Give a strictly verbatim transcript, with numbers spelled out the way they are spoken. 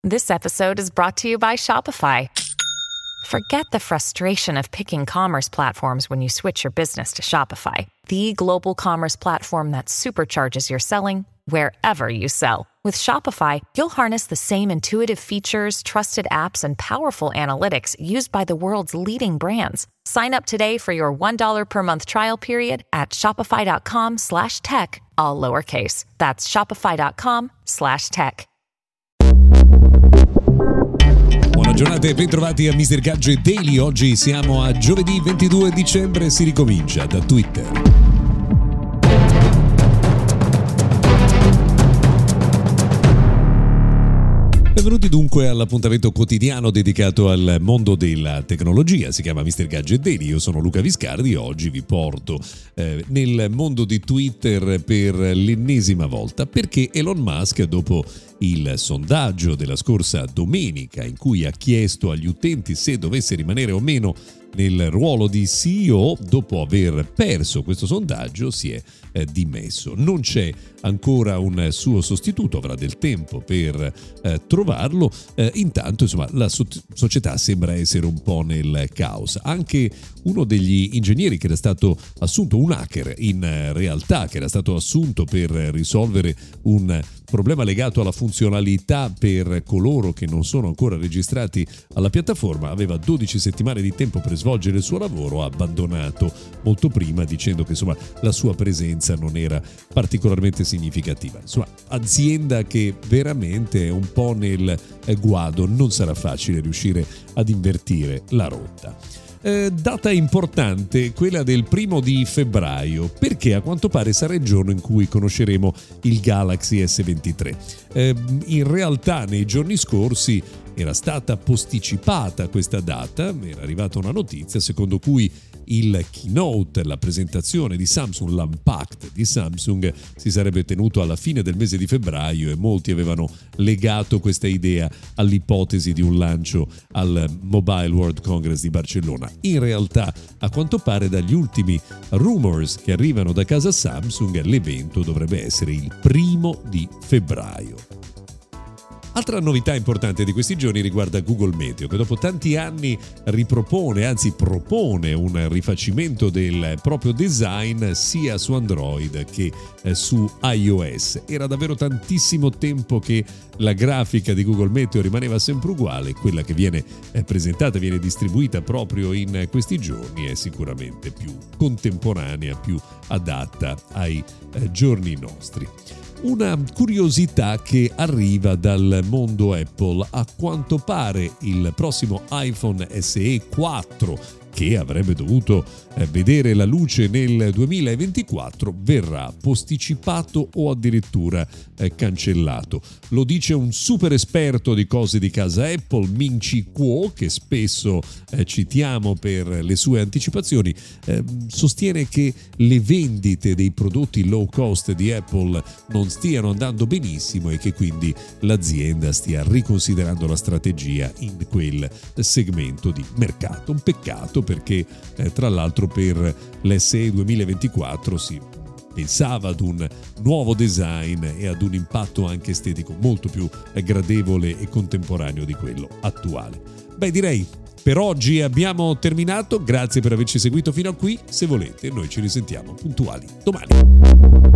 This episode is brought to you by Shopify. Forget the frustration of picking commerce platforms when you switch your business to Shopify, the global commerce platform that supercharges your selling wherever you sell. With Shopify, you'll harness the same intuitive features, trusted apps, and powerful analytics used by the world's leading brands. Sign up today for your one dollar per month trial period at shopify.com slash tech, all lowercase. That's shopify.com slash tech. Buona giornata e bentrovati a mister Gadget Daily. Oggi siamo a giovedì ventidue dicembre e si ricomincia da Twitter. Benvenuti dunque all'appuntamento quotidiano dedicato al mondo della tecnologia. Si chiama mister Gadget Daily, io sono Luca Viscardi e oggi vi porto eh, nel mondo di Twitter per l'ennesima volta, perché Elon Musk, dopo il sondaggio della scorsa domenica in cui ha chiesto agli utenti se dovesse rimanere o meno nel ruolo di C E O, dopo aver perso questo sondaggio si è eh, dimesso. Non c'è ancora un suo sostituto, avrà del tempo per eh, trovarlo. Eh, intanto insomma la so- società sembra essere un po' nel caos. Anche uno degli ingegneri che era stato assunto, un hacker in realtà, che era stato assunto per risolvere un problema legato alla funzionalità per coloro che non sono ancora registrati alla piattaforma, aveva dodici settimane di tempo per svolgere il suo lavoro, ha abbandonato molto prima dicendo che insomma la sua presenza non era particolarmente significativa. Insomma, azienda che veramente è un po' nel guado, non sarà facile riuscire ad invertire la rotta. Eh, data importante, quella del primo di febbraio, perché a quanto pare sarà il giorno in cui conosceremo il Galaxy S ventitré. Eh, in realtà nei giorni scorsi era stata posticipata questa data, era arrivata una notizia secondo cui il keynote, la presentazione di Samsung, l'Unpacked di Samsung, si sarebbe tenuto alla fine del mese di febbraio e molti avevano legato questa idea all'ipotesi di un lancio al Mobile World Congress di Barcellona. In realtà, a quanto pare dagli ultimi rumors che arrivano da casa Samsung, l'evento dovrebbe essere il primo di febbraio. Altra novità importante di questi giorni riguarda Google Meteo, che dopo tanti anni ripropone, anzi propone un rifacimento del proprio design sia su Android che su iOS. Era davvero tantissimo tempo che la grafica di Google Meteo rimaneva sempre uguale, quella che viene presentata, viene distribuita proprio in questi giorni è sicuramente più contemporanea, più adatta ai giorni nostri. Una curiosità che arriva dal mondo Apple: a quanto pare il prossimo iPhone S E quattro, che avrebbe dovuto vedere la luce nel duemilaventiquattro, verrà posticipato o addirittura cancellato. Lo dice un super esperto di cose di casa Apple, Ming-Chi Kuo, che spesso eh, citiamo per le sue anticipazioni. Eh, sostiene che le vendite dei prodotti low cost di Apple non stiano andando benissimo e che quindi l'azienda stia riconsiderando la strategia in quel segmento di mercato. Un peccato, perché eh, tra l'altro per l'S E duemilaventiquattro si pensava ad un nuovo design e ad un impatto anche estetico molto più gradevole e contemporaneo di quello attuale. Beh, direi per oggi abbiamo terminato. Grazie per averci seguito fino a qui. Se volete, noi ci risentiamo puntuali domani.